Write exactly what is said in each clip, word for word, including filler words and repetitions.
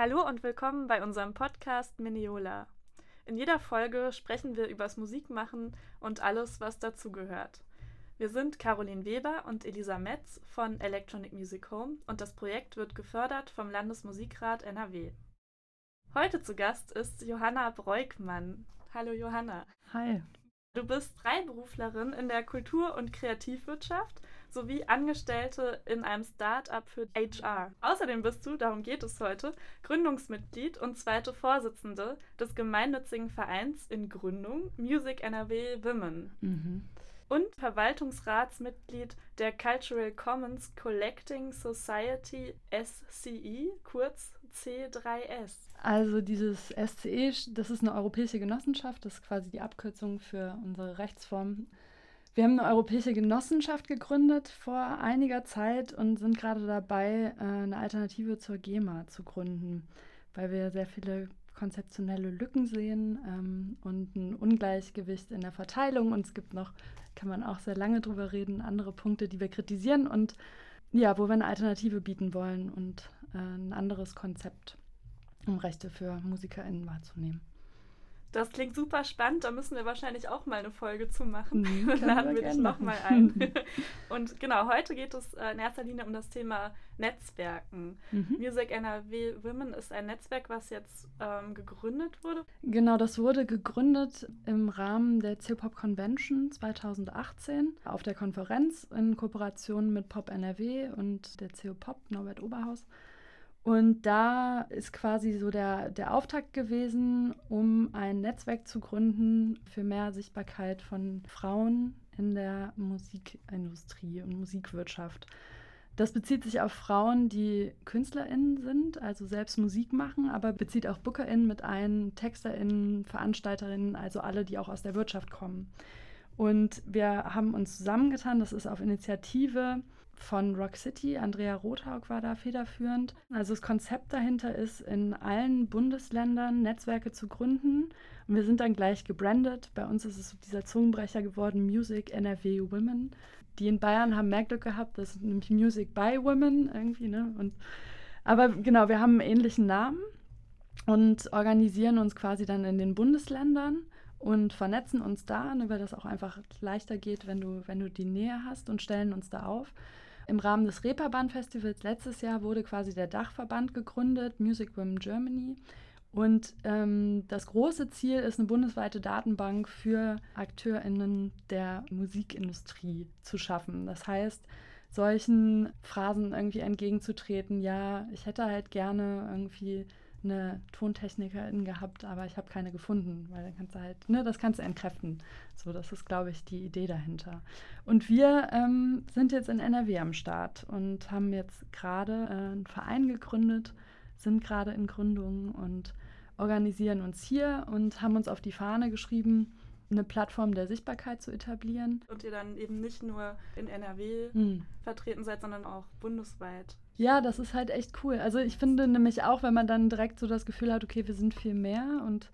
Hallo und willkommen bei unserem Podcast Minneola. In jeder Folge sprechen wir übers Musikmachen und alles, was dazugehört. Wir sind Caroline Weber und Elisa Metz von Electronic Music Home und das Projekt wird gefördert vom Landesmusikrat N R W. Heute zu Gast ist Johanna Breukmann. Hallo Johanna. Hi. Du bist Freiberuflerin in der Kultur- und Kreativwirtschaft sowie Angestellte in einem Start-up für H R. Außerdem bist du, darum geht es heute, Gründungsmitglied und zweite Vorsitzende des gemeinnützigen Vereins in Gründung Music N R W Women. Mhm. Und Verwaltungsratsmitglied der Cultural Commons Collecting Society S C E, kurz C drei S. Also dieses S C E, das ist eine europäische Genossenschaft, das ist quasi die Abkürzung für unsere Rechtsform. Wir haben eine europäische Genossenschaft gegründet vor einiger Zeit und sind gerade dabei, eine Alternative zur GEMA zu gründen, weil wir sehr viele konzeptionelle Lücken sehen ähm, und ein Ungleichgewicht in der Verteilung. Und es gibt noch, kann man auch sehr lange drüber reden, andere Punkte, die wir kritisieren und ja, wo wir eine Alternative bieten wollen und äh, ein anderes Konzept, um Rechte für MusikerInnen wahrzunehmen. Das klingt super spannend, da müssen wir wahrscheinlich auch mal eine Folge zu machen. Mhm, Laden wir dich nochmal ein. Und genau, heute geht es in erster Linie um das Thema Netzwerken. Mhm. Music N R W Women ist ein Netzwerk, was jetzt ähm, gegründet wurde. Genau, das wurde gegründet im Rahmen der C Pop Convention zwanzig achtzehn auf der Konferenz in Kooperation mit Pop N R W und der C O Pop, Norbert Oberhaus. Und da ist quasi so der, der Auftakt gewesen, um ein Netzwerk zu gründen für mehr Sichtbarkeit von Frauen in der Musikindustrie und Musikwirtschaft. Das bezieht sich auf Frauen, die KünstlerInnen sind, also selbst Musik machen, aber bezieht auch BookerInnen mit ein, TexterInnen, VeranstalterInnen, also alle, die auch aus der Wirtschaft kommen. Und wir haben uns zusammengetan, das ist auf Initiative von Rock City, Andrea Rothaug war da federführend. Also das Konzept dahinter ist, in allen Bundesländern Netzwerke zu gründen. Und wir sind dann gleich gebrandet. Bei uns ist es dieser Zungenbrecher geworden, Music N R W Women. Die in Bayern haben mehr Glück gehabt, das ist nämlich Music by Women irgendwie, ne? Und, aber genau, wir haben einen ähnlichen Namen und organisieren uns quasi dann in den Bundesländern und vernetzen uns da, ne, weil das auch einfach leichter geht, wenn du, wenn du die Nähe hast, und stellen uns da auf. Im Rahmen des Reeperbahn-Festivals letztes Jahr wurde quasi der Dachverband gegründet, Music Women Germany. Und ähm, das große Ziel ist, eine bundesweite Datenbank für AkteurInnen der Musikindustrie zu schaffen. Das heißt, solchen Phrasen irgendwie entgegenzutreten, ja, ich hätte halt gerne irgendwie eine Tontechnikerin gehabt, aber ich habe keine gefunden, weil dann kannst du halt, ne, das kannst du entkräften. So, das ist, glaube ich, die Idee dahinter. Und wir ähm, sind jetzt in N R W am Start und haben jetzt gerade äh, einen Verein gegründet, sind gerade in Gründung und organisieren uns hier und haben uns auf die Fahne geschrieben, eine Plattform der Sichtbarkeit zu etablieren. Und ihr dann eben nicht nur in N R W hm. vertreten seid, sondern auch bundesweit. Ja, das ist halt echt cool. Also ich finde nämlich auch, wenn man dann direkt so das Gefühl hat, okay, wir sind viel mehr, und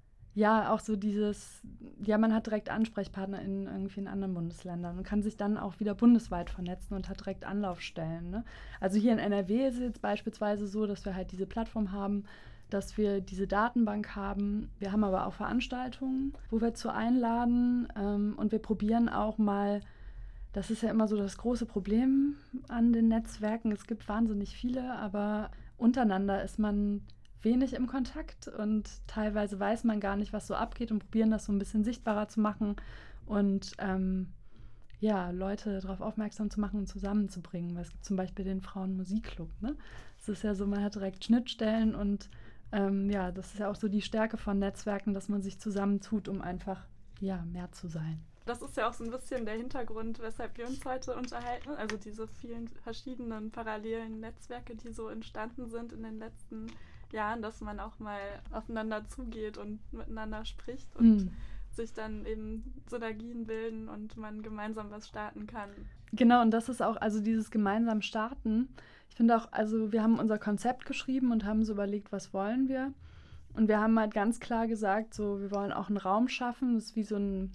ja, auch so dieses, ja, man hat direkt Ansprechpartner in irgendwie in anderen Bundesländern und kann sich dann auch wieder bundesweit vernetzen und hat direkt Anlaufstellen, ne? Also hier in N R W ist es jetzt beispielsweise so, dass wir halt diese Plattform haben, dass wir diese Datenbank haben. Wir haben aber auch Veranstaltungen, wo wir zu einladen, ähm, und wir probieren auch mal. Das ist ja immer so das große Problem an den Netzwerken. Es gibt wahnsinnig viele, aber untereinander ist man wenig im Kontakt und teilweise weiß man gar nicht, was so abgeht, und probieren das so ein bisschen sichtbarer zu machen und ähm, ja, Leute darauf aufmerksam zu machen und zusammenzubringen. Weil es gibt zum Beispiel den Frauenmusikclub, ne? Es ist ja so, man hat direkt Schnittstellen und ähm, ja, das ist ja auch so die Stärke von Netzwerken, dass man sich zusammentut, um einfach ja, mehr zu sein. Das ist ja auch so ein bisschen der Hintergrund, weshalb wir uns heute unterhalten. Also diese vielen verschiedenen parallelen Netzwerke, die so entstanden sind in den letzten Jahren, dass man auch mal aufeinander zugeht und miteinander spricht und mm. sich dann eben Synergien bilden und man gemeinsam was starten kann. Genau, und das ist auch, also dieses gemeinsam starten. Ich finde auch, also wir haben unser Konzept geschrieben und haben so überlegt, was wollen wir. Und wir haben halt ganz klar gesagt, so, wir wollen auch einen Raum schaffen. Das ist wie so ein,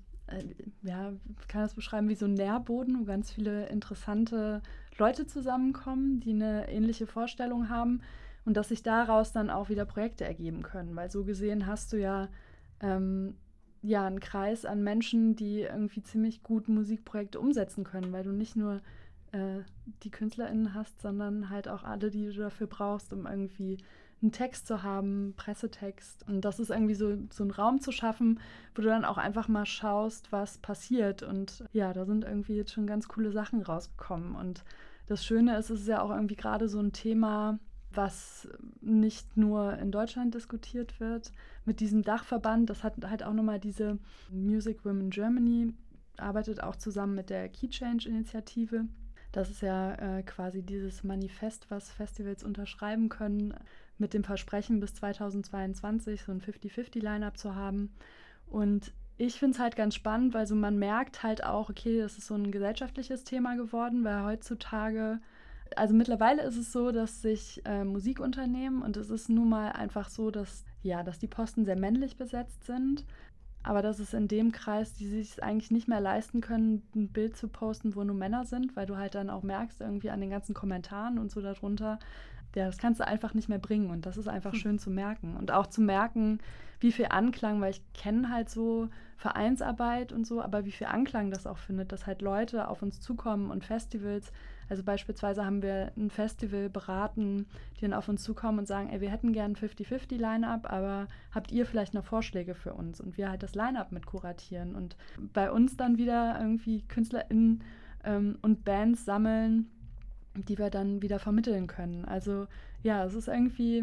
ja, ich kann das beschreiben, wie so ein Nährboden, wo ganz viele interessante Leute zusammenkommen, die eine ähnliche Vorstellung haben. und dass sich daraus dann auch wieder Projekte ergeben können, weil so gesehen hast du ja, ähm, ja einen Kreis an Menschen, die irgendwie ziemlich gut Musikprojekte umsetzen können, weil du nicht nur äh, die KünstlerInnen hast, sondern halt auch alle, die du dafür brauchst, um irgendwie einen Text zu haben, Pressetext. Und das ist irgendwie so, so einen Raum zu schaffen, wo du dann auch einfach mal schaust, was passiert. Und ja, da sind irgendwie jetzt schon ganz coole Sachen rausgekommen. Und das Schöne ist, es ist ja auch irgendwie gerade so ein Thema, was nicht nur in Deutschland diskutiert wird. Mit diesem Dachverband, das hat halt auch nochmal diese Music Women Germany, arbeitet auch zusammen mit der Key Change-Initiative. Das ist ja äh, quasi dieses Manifest, was Festivals unterschreiben können, mit dem Versprechen, bis zweitausendzweiundzwanzig so ein fifty fifty Line-Up zu haben. Und ich finde es halt ganz spannend, weil so man merkt halt auch, okay, das ist so ein gesellschaftliches Thema geworden, weil heutzutage, also mittlerweile ist es so, dass sich äh, Musikunternehmen, und es ist nun mal einfach so, dass, ja, dass die Posten sehr männlich besetzt sind, aber dass es in dem Kreis, die sich es eigentlich nicht mehr leisten können, ein Bild zu posten, wo nur Männer sind, weil du halt dann auch merkst, irgendwie an den ganzen Kommentaren und so darunter, ja, das kannst du einfach nicht mehr bringen. Und das ist einfach hm. schön zu merken. Und auch zu merken, wie viel Anklang, weil ich kenne halt so Vereinsarbeit und so, aber wie viel Anklang das auch findet, dass halt Leute auf uns zukommen und Festivals. Also beispielsweise haben wir ein Festival beraten, die dann auf uns zukommen und sagen, ey, wir hätten gern ein fifty fifty Line-Up, aber habt ihr vielleicht noch Vorschläge für uns? Und wir halt das Line-Up mit kuratieren und bei uns dann wieder irgendwie KünstlerInnen ähm, und Bands sammeln, die wir dann wieder vermitteln können. Also ja, es ist irgendwie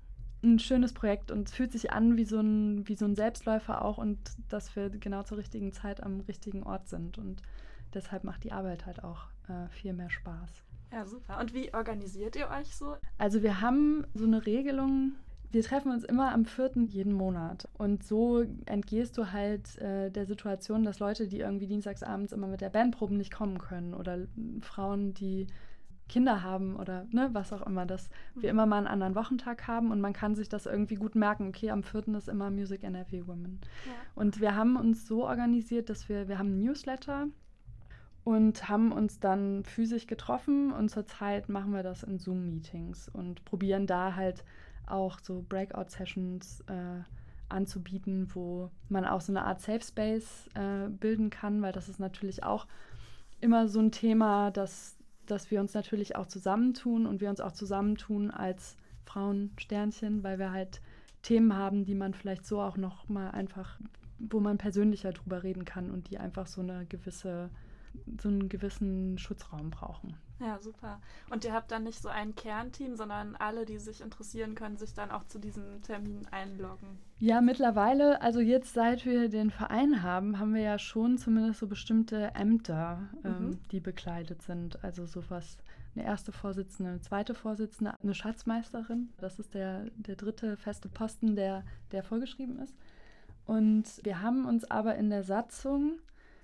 ein schönes Projekt und es fühlt sich an wie so ein, wie so ein Selbstläufer auch, und dass wir genau zur richtigen Zeit am richtigen Ort sind, und deshalb macht die Arbeit halt auch äh, viel mehr Spaß. Ja, super. Und wie organisiert ihr euch so? Also wir haben so eine Regelung, wir treffen uns immer am vierten jeden Monat, und so entgehst du halt äh, der Situation, dass Leute, die irgendwie dienstagsabends immer mit der Bandproben nicht kommen können, oder Frauen, die Kinder haben oder ne, was auch immer, dass mhm. wir immer mal einen anderen Wochentag haben, und man kann sich das irgendwie gut merken, okay, am vierten ist immer Music N R W Women. Ja. Und wir haben uns so organisiert, dass wir, wir haben einen Newsletter und haben uns dann physisch getroffen, und zurzeit machen wir das in Zoom-Meetings und probieren da halt auch so Breakout-Sessions äh, anzubieten, wo man auch so eine Art Safe Space äh, bilden kann, weil das ist natürlich auch immer so ein Thema, dass dass wir uns natürlich auch zusammentun und wir uns auch zusammentun als Frauensternchen, weil wir halt Themen haben, die man vielleicht so auch noch mal einfach, wo man persönlicher drüber reden kann und die einfach so eine gewisse, so einen gewissen Schutzraum brauchen. Ja, super. Und ihr habt dann nicht so ein Kernteam, sondern alle, die sich interessieren, können sich dann auch zu diesem Termin einloggen? Ja, mittlerweile, also jetzt seit wir den Verein haben, haben wir ja schon zumindest so bestimmte Ämter, ähm, mhm. die bekleidet sind. Also sowas, eine erste Vorsitzende, eine zweite Vorsitzende, eine Schatzmeisterin. Das ist der, der dritte feste Posten, der, der vorgeschrieben ist. Und wir haben uns aber in der Satzung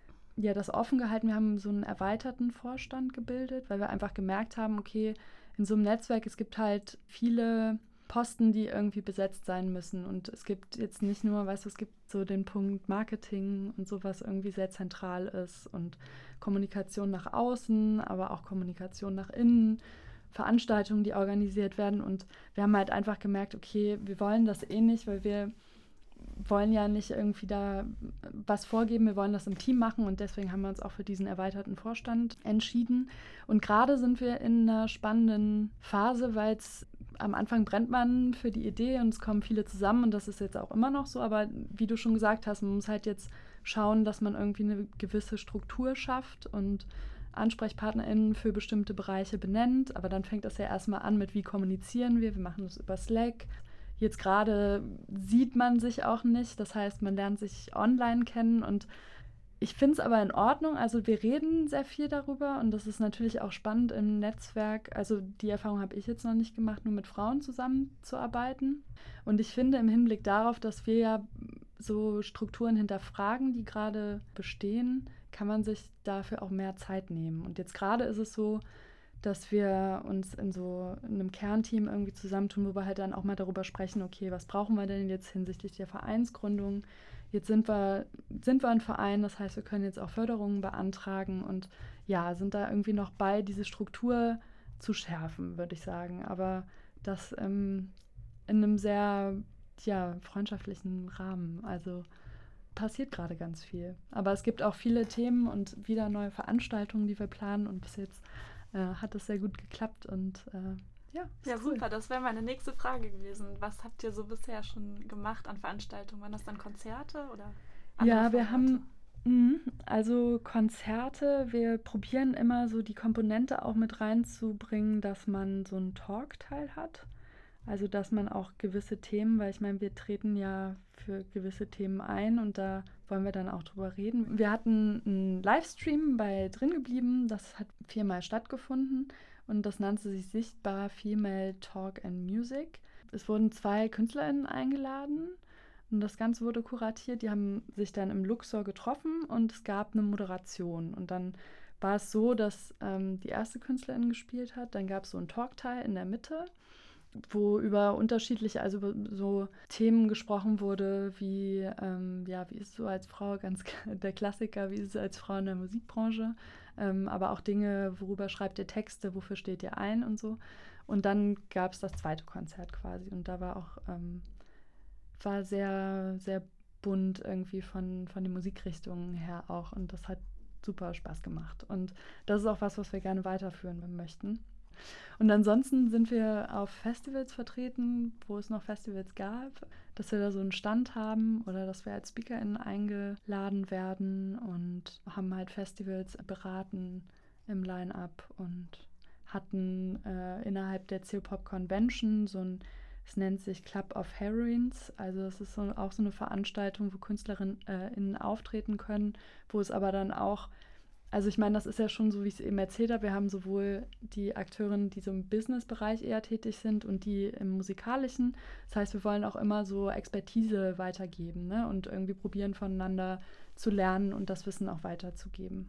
ja das offen gehalten. Wir haben so einen erweiterten Vorstand gebildet, weil wir einfach gemerkt haben, okay, in so einem Netzwerk, es gibt halt viele Posten, die irgendwie besetzt sein müssen. Und es gibt jetzt nicht nur, weißt du, es gibt so den Punkt Marketing und so, was irgendwie sehr zentral ist, und Kommunikation nach außen, aber auch Kommunikation nach innen, Veranstaltungen, die organisiert werden. Und wir haben halt einfach gemerkt, okay, wir wollen das eh nicht, weil wir wollen ja nicht irgendwie da was vorgeben, wir wollen das im Team machen, und deswegen haben wir uns auch für diesen erweiterten Vorstand entschieden. Und gerade sind wir in einer spannenden Phase, weil es am Anfang brennt man für die Idee und es kommen viele zusammen, und das ist jetzt auch immer noch so, aber wie du schon gesagt hast, man muss halt jetzt schauen, dass man irgendwie eine gewisse Struktur schafft und AnsprechpartnerInnen für bestimmte Bereiche benennt, aber dann fängt das ja erstmal an mit, wie kommunizieren wir, wir machen das über Slack. Jetzt gerade sieht man sich auch nicht, das heißt, man lernt sich online kennen, und ich finde es aber in Ordnung. Also wir reden sehr viel darüber, und das ist natürlich auch spannend im Netzwerk. Also die Erfahrung habe ich jetzt noch nicht gemacht, nur mit Frauen zusammenzuarbeiten. Und ich finde im Hinblick darauf, dass wir ja so Strukturen hinterfragen, die gerade bestehen, kann man sich dafür auch mehr Zeit nehmen. Und jetzt gerade ist es so, dass wir uns in so einem Kernteam irgendwie zusammentun, wo wir halt dann auch mal darüber sprechen, okay, was brauchen wir denn jetzt hinsichtlich der Vereinsgründung? Jetzt sind wir, sind wir ein Verein, das heißt, wir können jetzt auch Förderungen beantragen, und ja, sind da irgendwie noch bei, diese Struktur zu schärfen, würde ich sagen. Aber das ähm, in einem sehr ja, freundschaftlichen Rahmen. Also passiert gerade ganz viel. Aber es gibt auch viele Themen und wieder neue Veranstaltungen, die wir planen. Und bis jetzt äh, hat es sehr gut geklappt. Und äh, ja, ist Ja, cool. super. Das wäre meine nächste Frage gewesen. Was habt ihr so bisher schon gemacht an Veranstaltungen? Waren das dann Konzerte oder andere Ja, wir Formate? haben mhm, also Konzerte. Wir probieren immer so die Komponente auch mit reinzubringen, dass man so einen Talk-Teil hat. Also, dass man auch gewisse Themen, weil ich meine, wir treten ja für gewisse Themen ein und da wollen wir dann auch drüber reden. Wir hatten einen Livestream bei Drin geblieben, das hat viermal stattgefunden und das nannte sich Sichtbar Female Talk and Music. Es wurden zwei KünstlerInnen eingeladen und das Ganze wurde kuratiert. Die haben sich dann im Luxor getroffen und es gab eine Moderation. Und dann war es so, dass ähm, die erste Künstlerin gespielt hat, dann gab es so einen Talkteil in der Mitte, wo über unterschiedliche, also über so Themen gesprochen wurde, wie, ähm, ja, wie ist es so als Frau, ganz der Klassiker, wie ist es als Frau in der Musikbranche, ähm, aber auch Dinge, worüber schreibt ihr Texte, wofür steht ihr ein und so. Und dann gab es das zweite Konzert quasi und da war auch, ähm, war sehr, sehr bunt irgendwie von, von den Musikrichtungen her auch und das hat super Spaß gemacht. Und das ist auch was, was wir gerne weiterführen möchten. Und ansonsten sind wir auf Festivals vertreten, wo es noch Festivals gab, dass wir da so einen Stand haben oder dass wir als SpeakerInnen eingeladen werden und haben halt Festivals beraten im Line-Up und hatten äh, innerhalb der C O Pop Convention so ein, es nennt sich Club of Heroines, also es ist so, auch so eine Veranstaltung, wo KünstlerInnen äh, auftreten können, wo es aber dann auch Also ich meine, das ist ja schon so, wie ich es eben erzählt habe. Wir haben sowohl die Akteurinnen, die so im Business-Bereich eher tätig sind und die im musikalischen. Das heißt, wir wollen auch immer so Expertise weitergeben, ne? Und irgendwie probieren voneinander zu lernen und das Wissen auch weiterzugeben.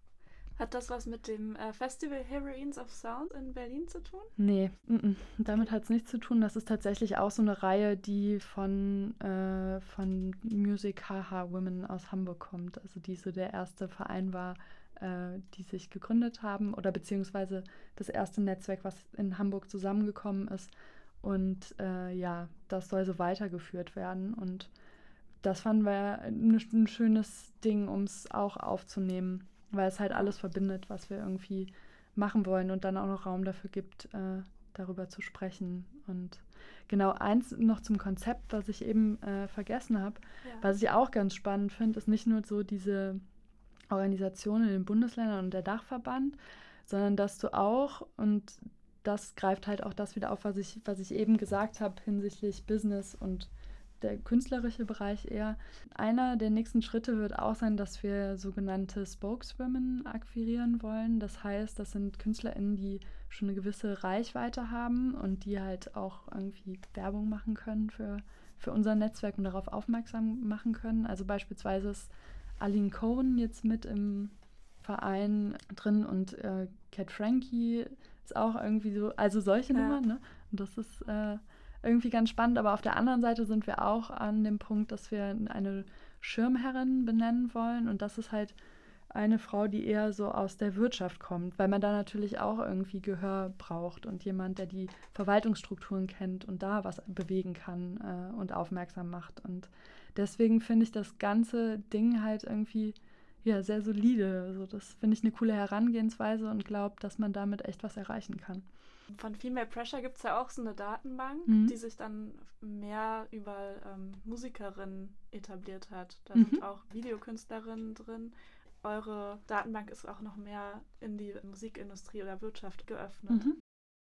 Hat das was mit dem äh, Festival Heroines of Sound in Berlin zu tun? Nee, m-m, damit hat es nichts zu tun. Das ist tatsächlich auch so eine Reihe, die von, äh, von Music Haha Women aus Hamburg kommt. Also die so der erste Verein war, äh, die sich gegründet haben oder beziehungsweise das erste Netzwerk, was in Hamburg zusammengekommen ist. Und äh, ja, das soll so weitergeführt werden. Und das fanden wir ein, ein schönes Ding, um es auch aufzunehmen, weil es halt alles verbindet, was wir irgendwie machen wollen und dann auch noch Raum dafür gibt, äh, darüber zu sprechen. Und genau, eins noch zum Konzept, was ich eben äh, vergessen habe, Ja. was ich auch ganz spannend finde, ist nicht nur so diese Organisation in den Bundesländern und der Dachverband, sondern dass du auch, und das greift halt auch das wieder auf, was ich, was ich eben gesagt habe hinsichtlich Business und der künstlerische Bereich eher. Einer der nächsten Schritte wird auch sein, dass wir sogenannte Spokeswomen akquirieren wollen. Das heißt, das sind KünstlerInnen, die schon eine gewisse Reichweite haben und die halt auch irgendwie Werbung machen können für, für unser Netzwerk und darauf aufmerksam machen können. Also beispielsweise ist Aline Cohen jetzt mit im Verein drin und äh, Cat Frankie ist auch irgendwie so, also solche Ja. Nummern, ne? Und das ist äh, irgendwie ganz spannend, aber auf der anderen Seite sind wir auch an dem Punkt, dass wir eine Schirmherrin benennen wollen und das ist halt eine Frau, die eher so aus der Wirtschaft kommt, weil man da natürlich auch irgendwie Gehör braucht und jemand, der die Verwaltungsstrukturen kennt und da was bewegen kann äh, und aufmerksam macht. Und deswegen finde ich das ganze Ding halt irgendwie ja, sehr solide. Also das finde ich eine coole Herangehensweise und glaube, dass man damit echt was erreichen kann. Von Female Pressure gibt es ja auch so eine Datenbank, Mhm. die sich dann mehr über ähm, Musikerinnen etabliert hat. Da Mhm. sind auch Videokünstlerinnen drin. Eure Datenbank ist auch noch mehr in die Musikindustrie oder Wirtschaft geöffnet. Mhm.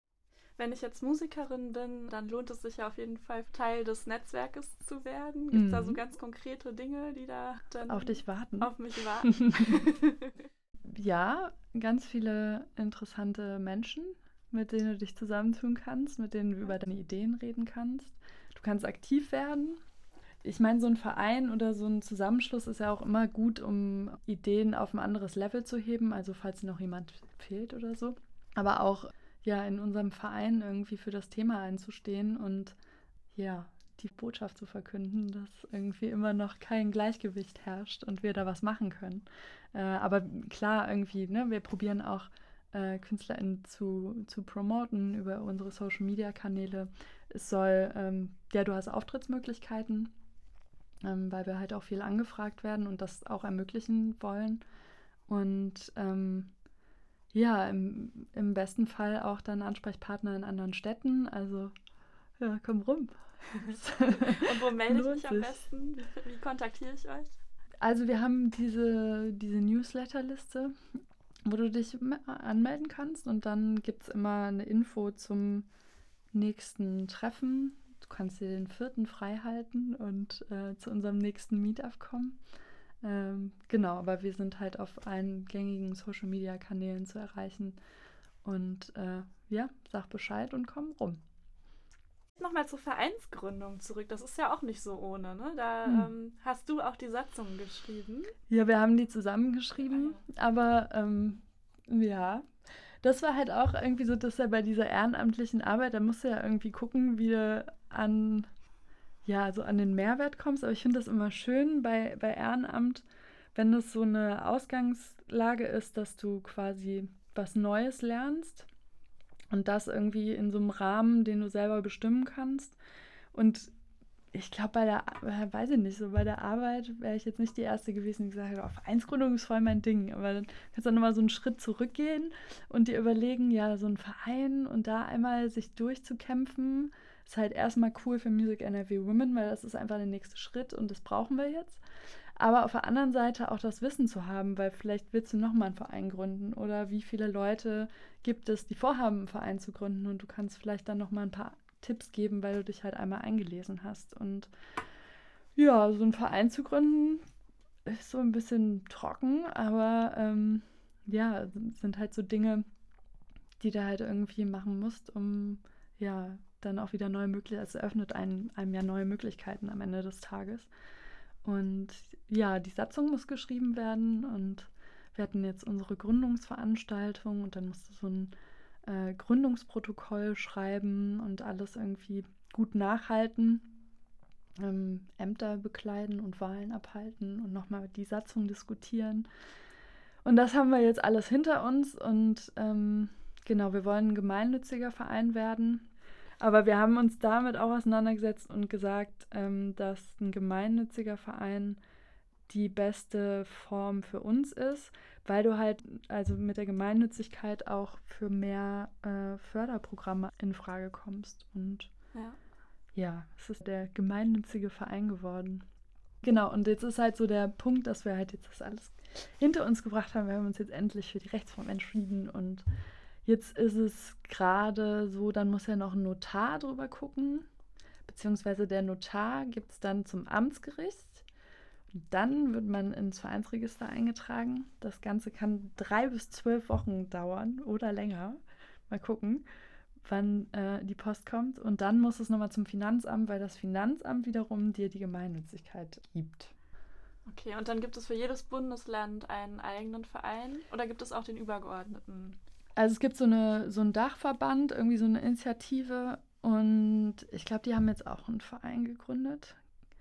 Wenn ich jetzt Musikerin bin, dann lohnt es sich ja auf jeden Fall, Teil des Netzwerkes zu werden. Gibt es da so Mhm. ganz konkrete Dinge, die da dann Auf dich warten. auf mich warten? Ja, ganz viele interessante Menschen, mit denen du dich zusammentun kannst, mit denen du über deine Ideen reden kannst. Du kannst aktiv werden. Ich meine, so ein Verein oder so ein Zusammenschluss ist ja auch immer gut, um Ideen auf ein anderes Level zu heben, also falls noch jemand fehlt oder so. Aber auch ja in unserem Verein irgendwie für das Thema einzustehen und ja, die Botschaft zu verkünden, dass irgendwie immer noch kein Gleichgewicht herrscht und wir da was machen können. Äh, aber klar, irgendwie, ne, wir probieren auch äh, KünstlerInnen zu, zu promoten über unsere Social-Media-Kanäle. Es soll, ähm, ja, du hast Auftrittsmöglichkeiten, ähm, weil wir halt auch viel angefragt werden und das auch ermöglichen wollen. Und ähm, ja, im, im besten Fall auch dann Ansprechpartner in anderen Städten. Also, ja, komm rum. Und wo melde ich Lohnt mich am sich. besten? Wie, wie kontaktiere ich euch? Also wir haben diese, diese Newsletterliste, wo du dich m- anmelden kannst und dann gibt es immer eine Info zum nächsten Treffen. Du kannst dir den vierten frei halten und äh, zu unserem nächsten Meetup kommen. Ähm, genau, aber wir sind halt auf allen gängigen Social-Media-Kanälen zu erreichen. Und äh, ja, sag Bescheid und komm rum. Nochmal zur Vereinsgründung zurück. Das ist ja auch nicht so ohne, ne? Da Hm. ähm, hast du auch die Satzung geschrieben. Ja, wir haben die zusammengeschrieben, aber ähm, ja, das war halt auch irgendwie so, dass ja bei dieser ehrenamtlichen Arbeit, da musst du ja irgendwie gucken, wie du an, ja, so an den Mehrwert kommst. Aber ich finde das immer schön bei, bei Ehrenamt, wenn das so eine Ausgangslage ist, dass du quasi was Neues lernst und das irgendwie in so einem Rahmen, den du selber bestimmen kannst. Und ich glaube, bei der, äh, weiß ich nicht, so bei der Arbeit wäre ich jetzt nicht die Erste gewesen, die gesagt hat, oh, Vereinsgründung ist voll mein Ding. Aber dann kannst du auch nochmal so einen Schritt zurückgehen und dir überlegen, ja, so ein Verein und da einmal sich durchzukämpfen, ist halt erstmal cool für Music N R W Women, weil das ist einfach der nächste Schritt und das brauchen wir jetzt. Aber auf der anderen Seite auch das Wissen zu haben, weil vielleicht willst du nochmal einen Verein gründen oder wie viele Leute gibt es, die vorhaben, einen Verein zu gründen und du kannst vielleicht dann nochmal ein paar Tipps geben, weil du dich halt einmal eingelesen hast. Und ja, so einen Verein zu gründen ist so ein bisschen trocken, aber ähm, ja, sind halt so Dinge, die du halt irgendwie machen musst, um ja dann auch wieder neue Möglichkeiten, also es öffnet einem, einem ja neue Möglichkeiten am Ende des Tages. Und ja, die Satzung muss geschrieben werden und wir hatten jetzt unsere Gründungsveranstaltung und dann musste so ein äh, Gründungsprotokoll schreiben und alles irgendwie gut nachhalten, ähm, Ämter bekleiden und Wahlen abhalten und nochmal die Satzung diskutieren. Und das haben wir jetzt alles hinter uns und ähm, genau, wir wollen ein gemeinnütziger Verein werden. Aber wir haben uns damit auch auseinandergesetzt und gesagt, ähm, dass ein gemeinnütziger Verein die beste Form für uns ist, weil du halt also mit der Gemeinnützigkeit auch für mehr äh, Förderprogramme in Frage kommst. Und Ja. ja, es ist der gemeinnützige Verein geworden. Genau, und jetzt ist halt so der Punkt, dass wir halt jetzt das alles hinter uns gebracht haben. Wir haben uns jetzt endlich für die Rechtsform entschieden und jetzt ist es gerade so, dann muss ja noch ein Notar drüber gucken, beziehungsweise der Notar gibt es dann zum Amtsgericht. Und dann wird man ins Vereinsregister eingetragen. Das Ganze kann drei bis zwölf Wochen dauern oder länger. Mal gucken, wann äh, die Post kommt. Und dann muss es nochmal zum Finanzamt, weil das Finanzamt wiederum dir die Gemeinnützigkeit gibt. Okay, und dann gibt es für jedes Bundesland einen eigenen Verein oder gibt es auch den übergeordneten? Also es gibt so, eine, so einen Dachverband, irgendwie so eine Initiative und ich glaube, die haben jetzt auch einen Verein gegründet.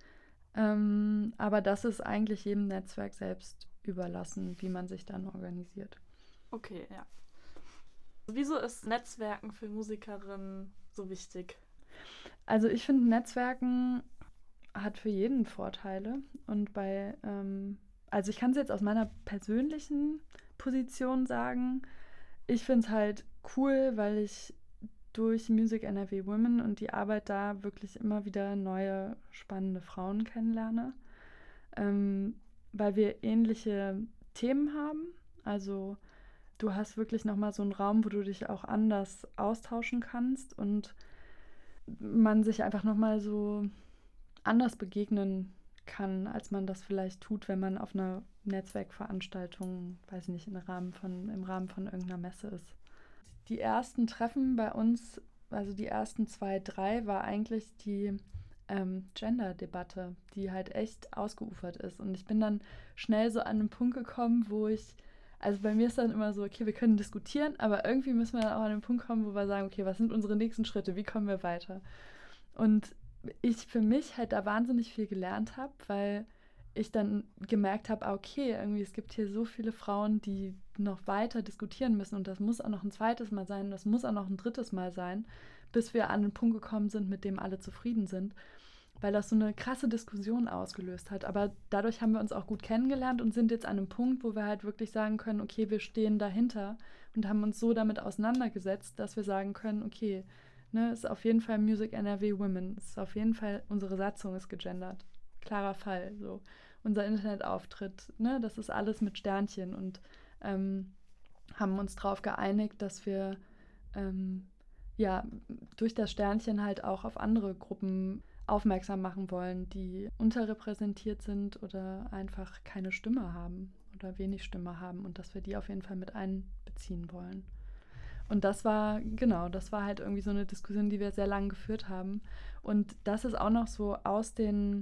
Ähm, aber das ist eigentlich jedem Netzwerk selbst überlassen, wie man sich dann organisiert. Okay, ja. Wieso ist Netzwerken für Musikerinnen so wichtig? Also ich finde, Netzwerken hat für jeden Vorteile. Und bei, ähm, also ich kann es jetzt aus meiner persönlichen Position sagen, ich finde es halt cool, weil ich durch Music N R W Women und die Arbeit da wirklich immer wieder neue, spannende Frauen kennenlerne, ähm, weil wir ähnliche Themen haben. Also du hast wirklich nochmal so einen Raum, wo du dich auch anders austauschen kannst und man sich einfach nochmal so anders begegnen kann, als man das vielleicht tut, wenn man auf einer Netzwerkveranstaltung, weiß ich nicht, im Rahmen von, im Rahmen von irgendeiner Messe ist. Die ersten Treffen bei uns, also die ersten zwei, drei, war eigentlich die ähm, Gender-Debatte, die halt echt ausgeufert ist. Und ich bin dann schnell so an einen Punkt gekommen, wo ich, also bei mir ist dann immer so, okay, wir können diskutieren, aber irgendwie müssen wir dann auch an den Punkt kommen, wo wir sagen, okay, was sind unsere nächsten Schritte, wie kommen wir weiter? Und ich für mich halt da wahnsinnig viel gelernt habe, weil ich dann gemerkt habe, okay, irgendwie es gibt hier so viele Frauen, die noch weiter diskutieren müssen und das muss auch noch ein zweites Mal sein, das muss auch noch ein drittes Mal sein, bis wir an einen Punkt gekommen sind, mit dem alle zufrieden sind, weil das so eine krasse Diskussion ausgelöst hat. Aber dadurch haben wir uns auch gut kennengelernt und sind jetzt an einem Punkt, wo wir halt wirklich sagen können, okay, wir stehen dahinter und haben uns so damit auseinandergesetzt, dass wir sagen können, okay, ne, ist auf jeden Fall Music N R W Women, ist auf jeden Fall, unsere Satzung ist gegendert. Klarer Fall, so. Unser Internetauftritt, ne, das ist alles mit Sternchen und ähm, haben uns darauf geeinigt, dass wir ähm, ja durch das Sternchen halt auch auf andere Gruppen aufmerksam machen wollen, die unterrepräsentiert sind oder einfach keine Stimme haben oder wenig Stimme haben und dass wir die auf jeden Fall mit einbeziehen wollen. Und das war, genau, das war halt irgendwie so eine Diskussion, die wir sehr lange geführt haben. Und das ist auch noch so aus den,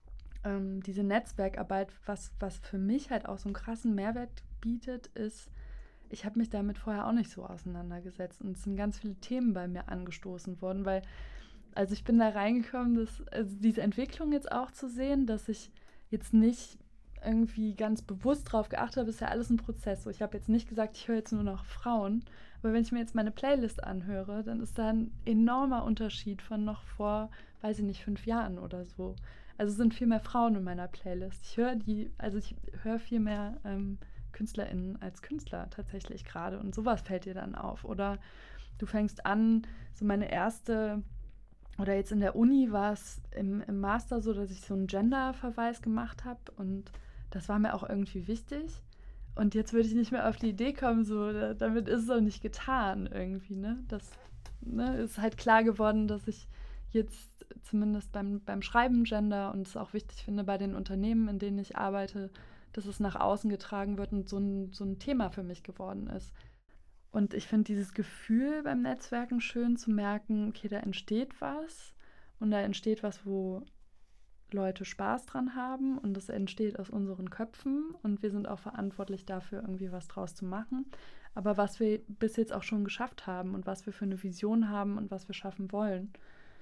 ähm, diese Netzwerkarbeit, was, was für mich halt auch so einen krassen Mehrwert bietet, ist, ich habe mich damit vorher auch nicht so auseinandergesetzt und es sind ganz viele Themen bei mir angestoßen worden, weil, also ich bin da reingekommen, dass, also diese Entwicklung jetzt auch zu sehen, dass ich jetzt nicht irgendwie ganz bewusst drauf geachtet habe, ist ja alles ein Prozess. So, ich habe jetzt nicht gesagt, ich höre jetzt nur noch Frauen, aber wenn ich mir jetzt meine Playlist anhöre, dann ist da ein enormer Unterschied von noch vor, weiß ich nicht, fünf Jahren oder so. Also es sind viel mehr Frauen in meiner Playlist. Ich höre die, also ich höre viel mehr ähm, KünstlerInnen als Künstler tatsächlich gerade und sowas fällt dir dann auf. Oder du fängst an, so meine erste, oder jetzt in der Uni war es im, im Master so, dass ich so einen Gender-Verweis gemacht habe und das war mir auch irgendwie wichtig. Und jetzt würde ich nicht mehr auf die Idee kommen, so, da, damit ist es auch nicht getan irgendwie, ne? Das ne, ist halt klar geworden, dass ich jetzt zumindest beim, beim Schreiben Gender und es auch wichtig finde bei den Unternehmen, in denen ich arbeite, dass es nach außen getragen wird und so ein, so ein Thema für mich geworden ist. Und ich finde dieses Gefühl beim Netzwerken schön zu merken, okay, da entsteht was und da entsteht was, wo Leute Spaß dran haben und das entsteht aus unseren Köpfen und wir sind auch verantwortlich dafür, irgendwie was draus zu machen. Aber was wir bis jetzt auch schon geschafft haben und was wir für eine Vision haben und was wir schaffen wollen.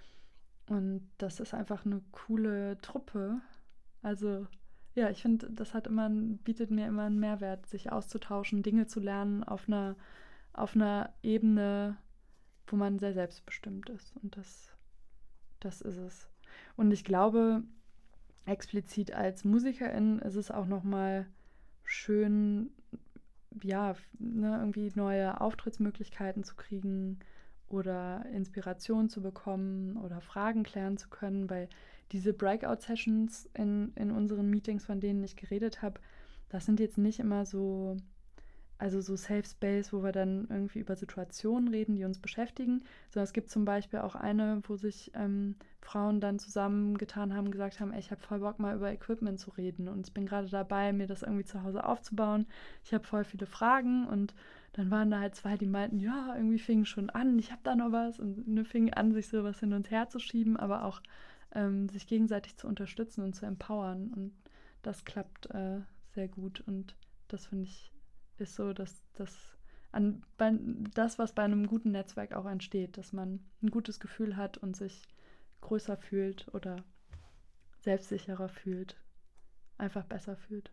Und das ist einfach eine coole Truppe. Also ja, ich finde, das hat immer, bietet mir immer einen Mehrwert, sich auszutauschen, Dinge zu lernen auf einer, auf einer Ebene, wo man sehr selbstbestimmt ist. Und das, das ist es. Und ich glaube, explizit als Musikerin ist es auch nochmal schön, ja, ne, irgendwie neue Auftrittsmöglichkeiten zu kriegen oder Inspiration zu bekommen oder Fragen klären zu können, weil diese Breakout-Sessions in, in unseren Meetings, von denen ich geredet habe, das sind jetzt nicht immer so, also so Safe Space, wo wir dann irgendwie über Situationen reden, die uns beschäftigen, sondern es gibt zum Beispiel auch eine, wo sich ähm, Frauen dann zusammengetan haben, gesagt haben, ey, ich habe voll Bock mal über Equipment zu reden und ich bin gerade dabei, mir das irgendwie zu Hause aufzubauen. Ich habe voll viele Fragen und dann waren da halt zwei, die meinten, ja, irgendwie fing schon an, ich habe da noch was und ne, fingen an, sich so was hin und her zu schieben, aber auch ähm, sich gegenseitig zu unterstützen und zu empowern und das klappt äh, sehr gut und das finde ich ist so, dass das an bei, das, was bei einem guten Netzwerk auch entsteht, dass man ein gutes Gefühl hat und sich größer fühlt oder selbstsicherer fühlt, einfach besser fühlt.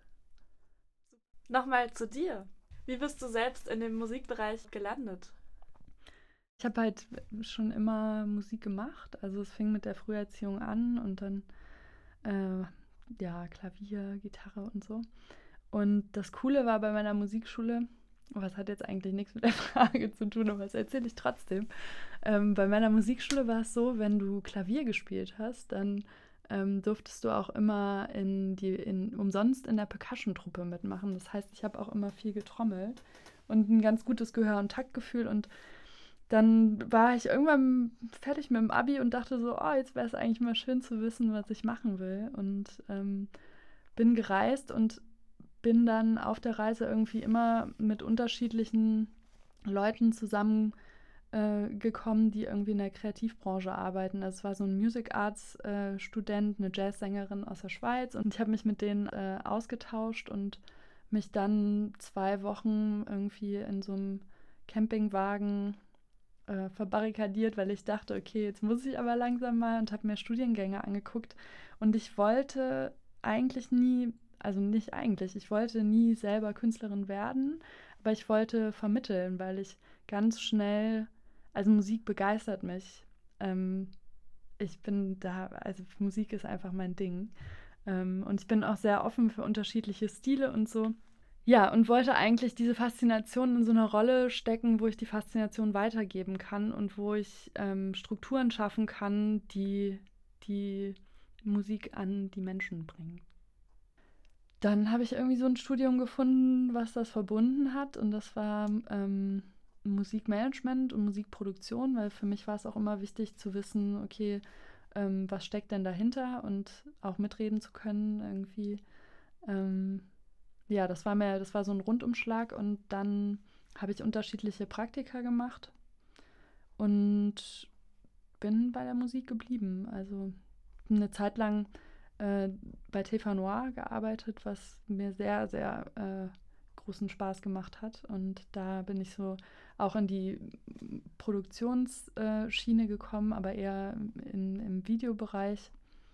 Nochmal zu dir. Wie bist du selbst in dem Musikbereich gelandet? Ich habe halt schon immer Musik gemacht, also es fing mit der Früherziehung an und dann äh, ja, Klavier, Gitarre und so. Und das Coole war bei meiner Musikschule, was hat jetzt eigentlich nichts mit der Frage zu tun, aber das erzähle ich trotzdem. Ähm, bei meiner Musikschule war es so, wenn du Klavier gespielt hast, dann ähm, durftest du auch immer in die, in, umsonst in der Percussion-Truppe mitmachen. Das heißt, ich habe auch immer viel getrommelt und ein ganz gutes Gehör- und Taktgefühl. Und dann war ich irgendwann fertig mit dem Abi und dachte so, oh, jetzt wäre es eigentlich mal schön zu wissen, was ich machen will. Und ähm, bin gereist und bin dann auf der Reise irgendwie immer mit unterschiedlichen Leuten zusammengekommen, äh, die irgendwie in der Kreativbranche arbeiten. Also es war so ein Music Arts äh, Student, eine Jazzsängerin aus der Schweiz und ich habe mich mit denen äh, ausgetauscht und mich dann zwei Wochen irgendwie in so einem Campingwagen äh, verbarrikadiert, weil ich dachte, okay, jetzt muss ich aber langsam mal und habe mir Studiengänge angeguckt und ich wollte eigentlich nie, also nicht eigentlich, ich wollte nie selber Künstlerin werden, aber ich wollte vermitteln, weil ich ganz schnell, also Musik begeistert mich. Ähm, ich bin da, also Musik ist einfach mein Ding. Ähm, und ich bin auch sehr offen für unterschiedliche Stile und so. Ja, und wollte eigentlich diese Faszination in so eine Rolle stecken, wo ich die Faszination weitergeben kann und wo ich ähm, Strukturen schaffen kann, die die Musik an die Menschen bringen. Dann habe ich irgendwie so ein Studium gefunden, was das verbunden hat, und das war ähm, Musikmanagement und Musikproduktion, weil für mich war es auch immer wichtig zu wissen, okay, ähm, was steckt denn dahinter und auch mitreden zu können irgendwie. Ähm, ja, das war mir, das war so ein Rundumschlag, und dann habe ich unterschiedliche Praktika gemacht und bin bei der Musik geblieben. Also eine Zeit lang äh, bei T V Noir gearbeitet, was mir sehr, sehr äh, großen Spaß gemacht hat. Und da bin ich so auch in die Produktionsschiene gekommen, aber eher in, im Videobereich.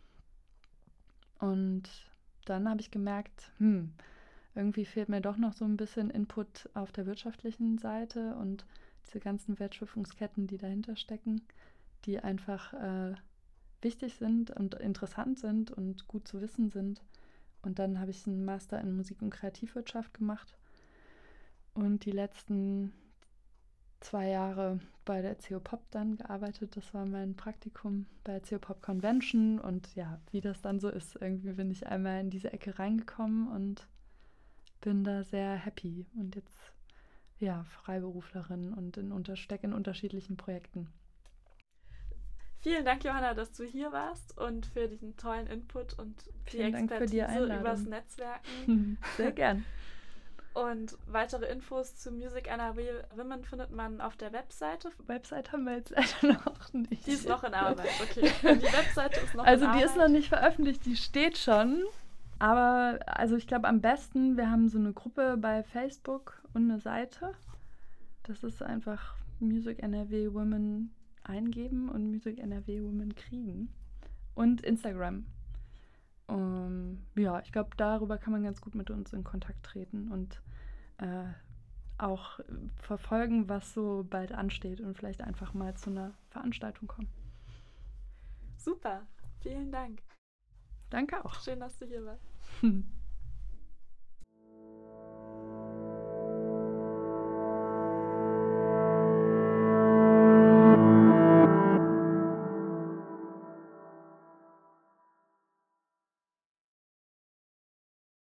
Und dann habe ich gemerkt, hm, irgendwie fehlt mir doch noch so ein bisschen Input auf der wirtschaftlichen Seite und diese ganzen Wertschöpfungsketten, die dahinter stecken, die einfach äh, wichtig sind und interessant sind und gut zu wissen sind. Und dann habe ich einen Master in Musik- und Kreativwirtschaft gemacht und die letzten zwei Jahre bei der C O Pop dann gearbeitet. Das war mein Praktikum bei der C O Pop Convention, und ja, wie das dann so ist, irgendwie bin ich einmal in diese Ecke reingekommen und bin da sehr happy und jetzt ja Freiberuflerin und in unter, stecke in unterschiedlichen Projekten. Vielen Dank, Johanna, dass du hier warst und für diesen tollen Input und die Vielen Dank für die Expertise Einladung. übers Netzwerken. Sehr gern. Und weitere Infos zu Music N R W Women findet man auf der Webseite. Website haben wir jetzt leider noch nicht. Die ist noch in Arbeit, okay. Die Webseite ist noch also in Arbeit. Also die ist noch nicht veröffentlicht, die steht schon. Aber also ich glaube am besten, wir haben so eine Gruppe bei Facebook und eine Seite. Das ist einfach Music N R W Women eingeben und Music N R W Women kriegen. Und Instagram. Um, ja, ich glaube, darüber kann man ganz gut mit uns in Kontakt treten und äh, auch verfolgen, was so bald ansteht und vielleicht einfach mal zu einer Veranstaltung kommen. Super, vielen Dank. Danke auch. Schön, dass du hier warst.